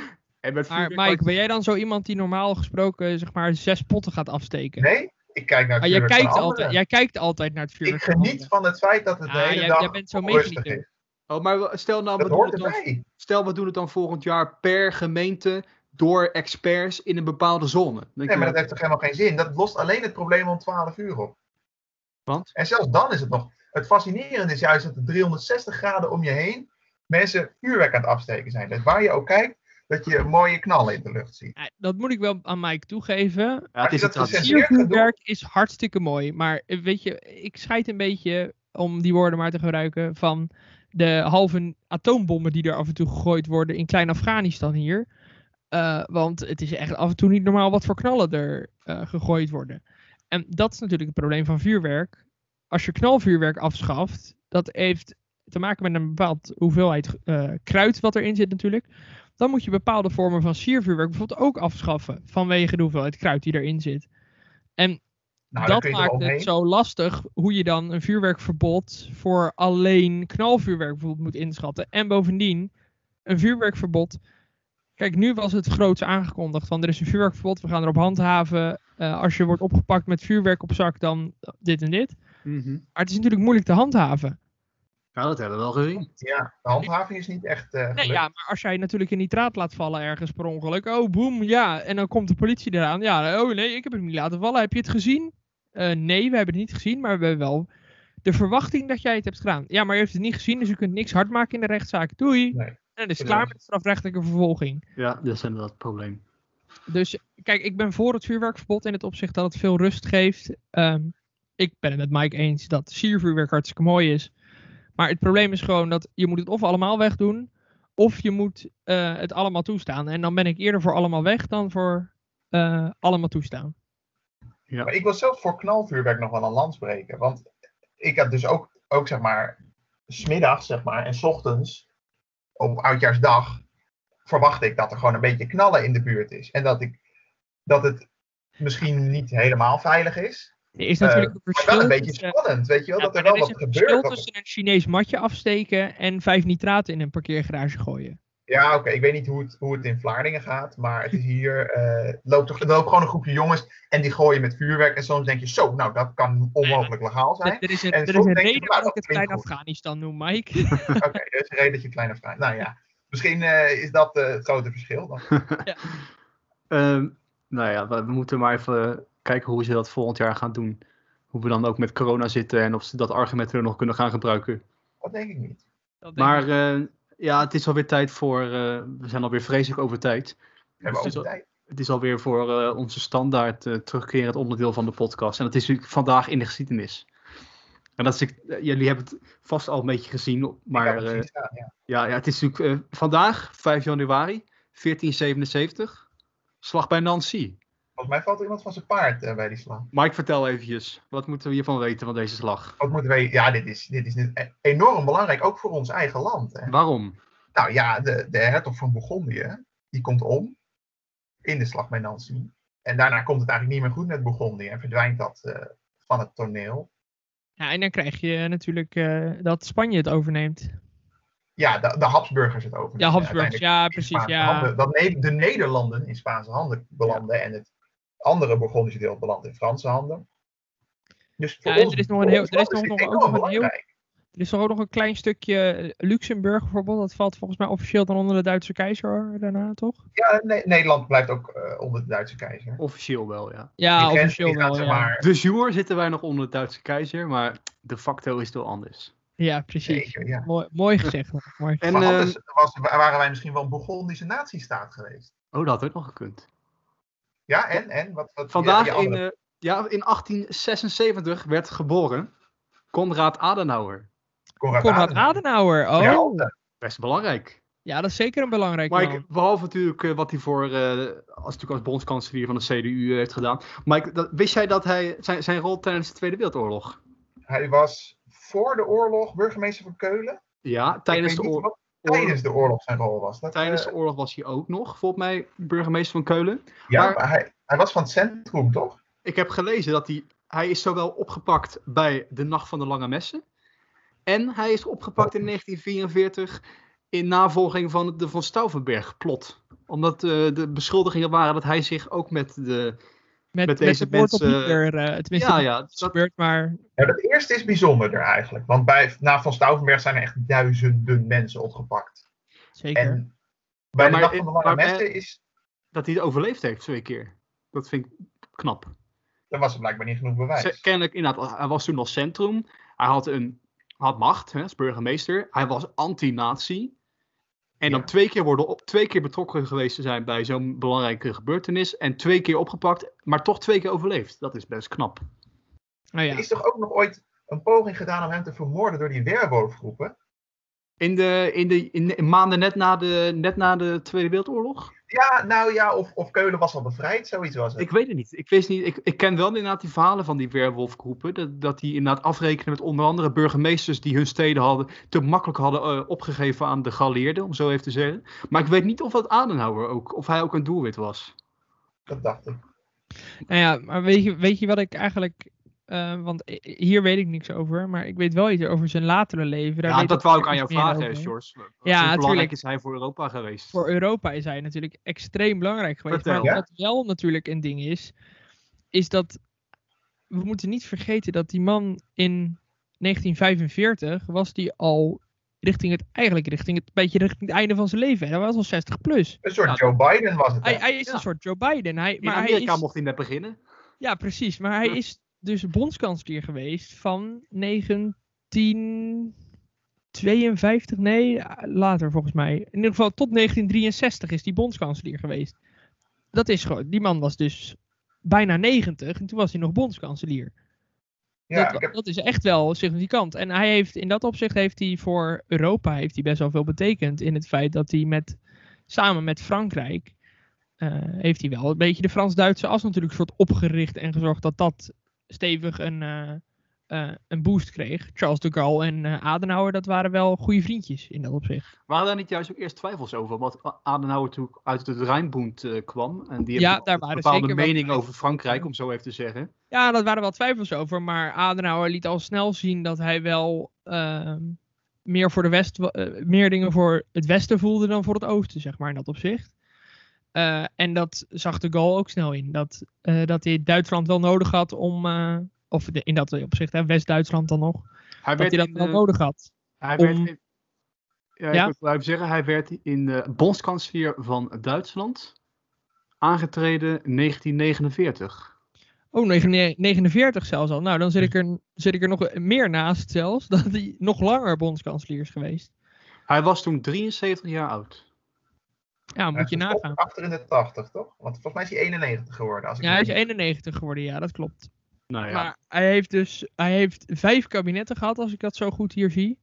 A: En met
B: Maar
A: vuurwerk
B: Mike,
A: wat-
B: ben jij dan zo iemand die normaal gesproken zeg maar zes potten gaat afsteken?
C: Nee, ik kijk naar het
B: Maar jij
C: vuurwerk van
B: kijkt,
C: anderen.
B: altijd, jij kijkt altijd naar het vuurwerk.
C: Ik
B: van
C: geniet
B: anderen.
C: van het feit dat het
B: Ah,
C: de hele
B: jij-
C: dag
B: jij bent zo
C: onrustig
B: meegenieter.
C: is.
A: Oh, maar stel nou, we
C: Dat
A: doen
C: hoort
A: het dan,
C: erbij.
A: stel we doen het dan volgend jaar per gemeente door experts in een bepaalde zone. Dan denk
C: Nee,
A: je,
C: maar dat heeft toch helemaal geen zin? Dat lost alleen het probleem om twaalf uur op.
A: Want?
C: En zelfs dan is het nog... Het fascinerende is juist dat er driehonderdzestig graden om je heen mensen vuurwerk aan het afsteken zijn. Dus waar je ook kijkt, dat je mooie knallen in de lucht ziet.
B: Ja, dat moet ik wel aan Mike toegeven.
A: Ja, het
C: Als je
A: is
C: dat
A: het
C: gecensureerd
A: traditie.
C: gaat doen-
B: Siervuurwerk is hartstikke mooi. Maar eh, weet je, ik scheid een beetje, om die woorden maar te gebruiken, van de halve atoombommen die er af en toe gegooid worden in klein Afghanistan hier. Uh, want het is echt af en toe niet normaal wat voor knallen er uh, gegooid worden. En dat is natuurlijk het probleem van vuurwerk. Als je knalvuurwerk afschaft, dat heeft te maken met een bepaald hoeveelheid uh, kruid wat erin zit natuurlijk. Dan moet je bepaalde vormen van siervuurwerk bijvoorbeeld ook afschaffen. Vanwege de hoeveelheid kruid die erin zit. En
C: Nou, daar
B: dat
C: kun je toch
B: maakt
C: omheen?
B: het zo lastig hoe je dan een vuurwerkverbod voor alleen knalvuurwerk bijvoorbeeld moet inschatten. En bovendien, een vuurwerkverbod. Kijk, nu was het groots aangekondigd van er is een vuurwerkverbod, we gaan erop handhaven. Uh, als je wordt opgepakt met vuurwerk op zak, dan dit en dit.
A: Mhm.
B: Maar het is natuurlijk moeilijk te handhaven.
A: Ja, dat hebben we wel gezien.
C: Ja, de handhaving is niet echt uh,
B: Nee,
C: gelukt.
B: ja, maar als jij natuurlijk een nitraat laat vallen ergens per ongeluk. Oh, boem, ja. En dan komt de politie eraan. Ja, oh nee, ik heb het niet laten vallen. Heb je het gezien? Uh, nee, we hebben het niet gezien, maar we hebben wel de verwachting dat jij het hebt gedaan. Ja, maar je hebt het niet gezien, dus je kunt niks hard maken in de rechtszaak. Doei.
C: Nee.
B: En dan is het
C: Ja.
B: klaar met de strafrechtelijke vervolging.
A: Ja, dat is inderdaad het probleem.
B: Dus kijk, ik ben voor het vuurwerkverbod in het opzicht dat het veel rust geeft. Um, ik ben het met Mike eens dat siervuurwerk hartstikke mooi is. Maar het probleem is gewoon dat je moet het of allemaal wegdoen, of je moet uh, het allemaal toestaan. En dan ben ik eerder voor allemaal weg dan voor uh, allemaal toestaan.
C: Ja. Maar ik wil zelfs voor knalvuurwerk nog wel een lans breken. Want ik had dus ook, ook zeg maar, 's middags zeg maar, en 's ochtends, op oudjaarsdag, verwacht ik dat er gewoon een beetje knallen in de buurt is. En dat, ik, dat het misschien niet helemaal veilig is.
B: Er is natuurlijk
C: uh,
B: een verschil.
C: Maar wel een beetje
B: tussen,
C: spannend, weet je wel,
B: ja,
C: dat er wel
B: er
C: wat
B: is een
C: gebeurt.
B: verschil
C: Wat...
B: tussen een Chinees matje afsteken en vijf nitraten in een parkeergarage gooien.
C: Ja, oké, okay. Ik weet niet hoe het, hoe het in Vlaardingen gaat, maar het is hier, uh, loopt er, er loopt gewoon een groepje jongens en die gooien met vuurwerk. En soms denk je, zo, nou, dat kan onmogelijk legaal zijn.
B: Er is een,
C: en
B: er is een reden
C: je,
B: waarom
C: nou,
B: ik het klein Afghanistan noem, Mike.
C: Oké, okay, er is een reden dat je klein Afghanistan... Nou ja, misschien uh, is dat uh, het grote verschil dan.
A: ja. um, nou ja, we, we moeten maar even kijken hoe ze dat volgend jaar gaan doen. Hoe we dan ook met corona zitten en of ze dat argument weer nog kunnen gaan gebruiken.
C: Dat denk ik niet.
B: Dat denk
A: maar
B: ik.
A: Uh, ja, het is alweer tijd voor... Uh, we zijn alweer vreselijk over tijd.
C: We hebben
A: dus
C: over
A: het, is
C: tijd.
A: al, het is alweer voor uh, onze standaard uh, terugkerend onderdeel van de podcast. En dat is natuurlijk vandaag in de geschiedenis. En dat is, uh, jullie hebben het vast al een beetje gezien. Maar uh,
C: staan, ja.
A: Ja, ja, het is natuurlijk uh, vandaag, vijf januari, veertien zevenenzeventig. Slag bij Nancy.
C: Volgens mij valt er iemand van zijn paard uh, bij die slag.
A: Mike, vertel eventjes. Wat moeten we hiervan weten van deze slag?
C: Wat moeten we... Ja, dit is, dit is enorm belangrijk, ook voor ons eigen land. Hè.
A: Waarom?
C: Nou ja, de, de hertog van Bourgondië, die komt om in de slag bij Nancy. En daarna komt het eigenlijk niet meer goed met Bourgondië en verdwijnt dat uh, van het toneel.
B: Ja, en dan krijg je natuurlijk uh, dat Spanje het overneemt.
C: Ja, de, de Habsburgers het overnemen.
B: Ja, Habsburgers, ja, precies. Ja.
C: Handen, dat ne- de Nederlanden in Spaanse handen belanden ja. en het andere Bourgondische deel belandt in Franse handen. Dus voor
B: ja,
C: ons,
B: er is nog een heel, er is nog,
C: is
B: nog,
C: ook
B: ook nog een heel, Er is toch ook nog een klein stukje Luxemburg bijvoorbeeld. Dat valt volgens mij officieel dan onder de Duitse keizer daarna, toch?
C: Ja, nee, Nederland blijft ook uh, onder de Duitse keizer.
A: Officieel wel, ja.
B: Ja,
C: grens,
B: officieel wel,
C: zeg
B: ja.
C: maar...
A: De jure zitten wij nog onder de Duitse keizer, maar de facto is het wel anders.
B: Ja, precies.
C: Zeker, ja.
B: Mooi, mooi gezegd. Mooi.
A: En,
C: maar
A: uh,
C: anders was, waren wij misschien wel een Burgondische natiestaat geweest.
A: Oh, dat had ook nog gekund.
C: Ja, en? en wat, wat,
A: Vandaag
C: ja,
A: in, uh, ja, in achttien zesenzeventig werd geboren Konrad Adenauer.
C: Konrad,
B: Konrad Adenauer, oh.
C: Ja,
A: best belangrijk.
B: Ja, dat is zeker een belangrijk
A: Mike,
B: man. Behalve
A: natuurlijk uh, wat hij voor, uh, als, natuurlijk als bondskanselier van de C D U uh, heeft gedaan. Mike, dat, wist jij dat hij zijn, zijn rol tijdens de Tweede Wereldoorlog?
C: Hij was voor de oorlog burgemeester van Keulen.
A: Ja, tijdens de oorlog.
C: Tijdens de oorlog zijn rol was dat.
A: Tijdens de oorlog was hij ook nog, volgens mij, burgemeester van Keulen.
C: Ja,
A: maar,
C: maar hij, hij was van het centrum, toch?
A: Ik heb gelezen dat hij, hij is zowel opgepakt bij de Nacht van de Lange Messen. En hij is opgepakt in negentien vierenveertig in navolging van de Von Stauffenberg-plot. Omdat uh, de beschuldigingen waren dat hij zich ook met de...
B: Met,
A: met deze
B: met de
A: mensen...
B: Hitler, uh, tenminste,
A: ja, ja,
B: dat gebeurt, maar...
C: Ja, dat eerste is bijzonderder eigenlijk. Want bij, na Von Stauffenberg zijn er echt duizenden mensen opgepakt.
B: Zeker.
C: En bij
A: ja,
C: de
A: maar,
C: Nacht van de Lange
A: maar,
C: Messen is...
A: Dat hij het overleefd heeft twee keer. Dat vind ik knap.
C: Dan was er blijkbaar niet genoeg bewijs.
A: Kennelijk, inderdaad, hij was toen nog centrum. Hij had, een, had macht, hè, als burgemeester. Hij was anti-nazi. En dan ja. twee, keer worden op, twee keer betrokken geweest te zijn bij zo'n belangrijke gebeurtenis. En twee keer opgepakt, maar toch twee keer overleefd. Dat is best knap.
B: Nou ja.
C: Er is toch ook nog ooit een poging gedaan om hem te vermoorden door die Weerwolfgroepen?
A: In de, in de, in de maanden net na de, net na de Tweede Wereldoorlog?
C: Ja, nou ja, of, of Keulen was al bevrijd, zoiets was het.
A: Ik weet het niet. Ik, wist niet ik, ik ken wel inderdaad die verhalen van die Weerwolfgroepen. Dat, dat die inderdaad afrekenen met onder andere burgemeesters die hun steden hadden, te makkelijk hadden uh, opgegeven aan de geallieerden, om zo even te zeggen. Maar ik weet niet of dat Adenauer ook, of hij ook een doelwit was.
C: Dat dacht ik.
B: Nou ja, maar weet je, weet je wat ik eigenlijk... Uh, want hier weet ik niks over, maar ik weet wel iets over zijn latere leven. Daar
A: ja,
B: weet
A: dat
B: ik
A: wou ik aan jou vragen, George.
B: Ja,
A: Hoe belangrijk is hij voor Europa geweest?
B: Voor Europa is hij natuurlijk extreem belangrijk geweest.
A: Vertel.
B: Maar
C: ja?
B: wat wel natuurlijk een ding is, is dat we moeten niet vergeten dat die man in negentien vijfenveertig was die al richting het, eigenlijk richting het, beetje richting het einde van zijn leven. Hij was al zestig plus.
C: Een soort
A: ja,
C: Joe Biden was het.
B: Hij, hij is
A: ja.
B: een soort Joe Biden. Hij,
A: in
B: maar
A: Amerika
B: hij is,
A: mocht hij net beginnen.
B: Ja, precies. Maar hij is dus bondskanselier geweest van negentien tweeënvijftig, nee, later volgens mij. In ieder geval tot negentien drieënzestig is hij bondskanselier geweest. Dat is gewoon, die man was dus bijna negentig en toen was hij nog bondskanselier.
C: Ja,
B: dat,
C: heb...
B: dat is echt wel significant. En hij heeft, in dat opzicht heeft hij voor Europa heeft hij best wel veel betekend in het feit dat hij met, samen met Frankrijk, uh, heeft hij wel een beetje de Frans-Duitse as natuurlijk soort opgericht en gezorgd dat dat stevig een, uh, uh, een boost kreeg. Charles de Gaulle en uh, Adenauer, dat waren wel goede vriendjes in dat opzicht.
A: Waren daar niet juist ook eerst twijfels over? Want Adenauer natuurlijk uit het Rijnbond uh, kwam. En die
B: ja,
A: heeft
B: daar
A: een
B: waren
A: bepaalde
B: zeker
A: mening
B: wel...
A: over Frankrijk, om zo even te zeggen.
B: Ja, daar waren wel twijfels over. Maar Adenauer liet al snel zien dat hij wel uh, meer, voor de West, uh, meer dingen voor het Westen voelde dan voor het Oosten, zeg maar, in dat opzicht. Uh, en dat zag de Gaulle ook snel in. Dat, uh, dat hij Duitsland wel nodig had om... Uh, of de, in dat opzicht, hè, West-Duitsland dan nog.
A: Hij
B: dat hij dat wel
A: de,
B: nodig had.
A: Hij
B: om,
A: werd in, ja,
B: ja?
A: ik wil even zeggen, hij werd in de bondskanselier van Duitsland aangetreden in negentien negenenveertig.
B: Oh, negentien negenenveertig zelfs al. Nou, dan zit ik er, zit ik er nog meer naast zelfs. Dat hij nog langer bondskanselier is geweest.
A: Hij was toen drieënzeventig jaar oud.
B: Ja, moet je nagaan.
C: Achter in de tachtig, toch? Want volgens mij is hij eenennegentig geworden. Als ik
B: ja, hij is eenennegentig geworden, ja, dat klopt.
A: Nou ja.
B: Maar hij heeft dus hij heeft vijf kabinetten gehad, als ik dat zo goed hier zie.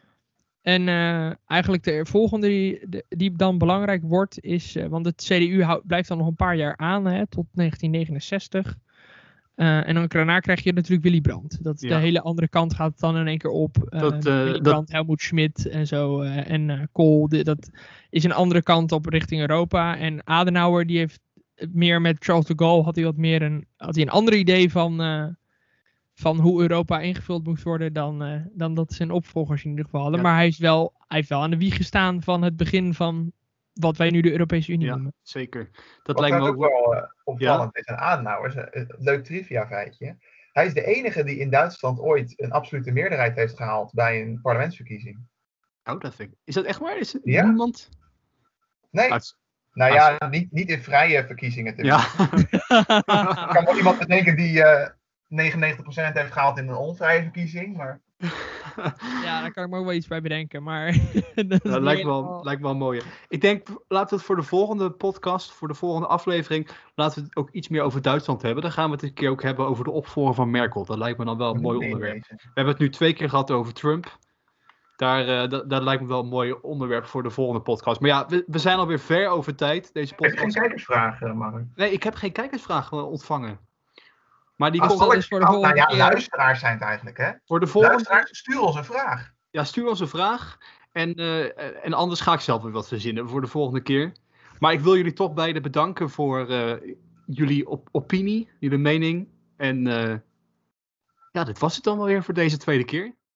B: En uh, eigenlijk de volgende die, de, die dan belangrijk wordt is... Uh, want het C D U hou, blijft dan nog een paar jaar aan, hè, tot negentien negenenzestig. Uh, en dan daarna krijg je natuurlijk Willy Brandt. Dat, ja. De hele andere kant gaat dan in één keer op. Uh, dat, uh, Willy Brandt, dat... Helmut Schmidt en zo. Uh, en uh, Kohl, de, dat is een andere kant op richting Europa. En Adenauer, die heeft meer met Charles de Gaulle... had hij wat meer een, had hij een ander idee van... Uh, van hoe Europa ingevuld moest worden dan, uh, dan dat zijn opvolgers in ieder geval hadden. Ja. Maar hij, is wel, hij heeft wel aan de wieg gestaan van het begin van wat wij nu de Europese Unie
A: ja,
B: noemen.
A: Zeker. Dat
C: wat
A: lijkt me ook
C: wel uh, opvallend
A: ja?
C: is aan Adenauer. Is een leuk trivia feitje. hij is de enige die in Duitsland ooit een absolute meerderheid heeft gehaald bij een parlementsverkiezing.
A: Oh, dat vind ik. Is dat echt waar? Is er
C: Ja?
A: niemand?
C: Nee.
A: Uit...
C: Nou ja, niet, niet in vrije verkiezingen.
A: Ja.
C: Ik kan wel iemand bedenken die uh, negenennegentig procent heeft gehaald in een onvrije verkiezing, maar...
B: Ja, daar kan ik me ook wel iets bij bedenken, maar... dat
A: ja, lijkt, wel, lijkt wel mooi. Ik denk, laten we het voor de volgende podcast, voor de volgende aflevering, laten we het ook iets meer over Duitsland hebben. Dan gaan we het een keer ook hebben over de opvolger van Merkel. Dat lijkt me dan wel een mooi onderwerp. We hebben het nu twee keer gehad over Trump. Daar, uh, dat, dat lijkt me wel een mooi onderwerp voor de volgende podcast. Maar ja, we, we zijn alweer ver over tijd, deze podcast.
C: Heb je geen kijkersvragen, Mark?
A: Nee, ik heb geen kijkersvragen ontvangen. Maar die
C: komt
A: komt
C: dus voor de volgende nou ja, keer. Luisteraars zijn het eigenlijk, hè?
A: Voor de volgende...
C: Luisteraars, stuur ons een vraag.
A: Ja, stuur ons een vraag. En, uh, en anders ga ik zelf weer wat verzinnen voor de volgende keer. Maar ik wil jullie toch beiden bedanken voor uh, jullie op opinie, jullie mening. En uh, ja, dit was het dan wel weer voor deze tweede keer.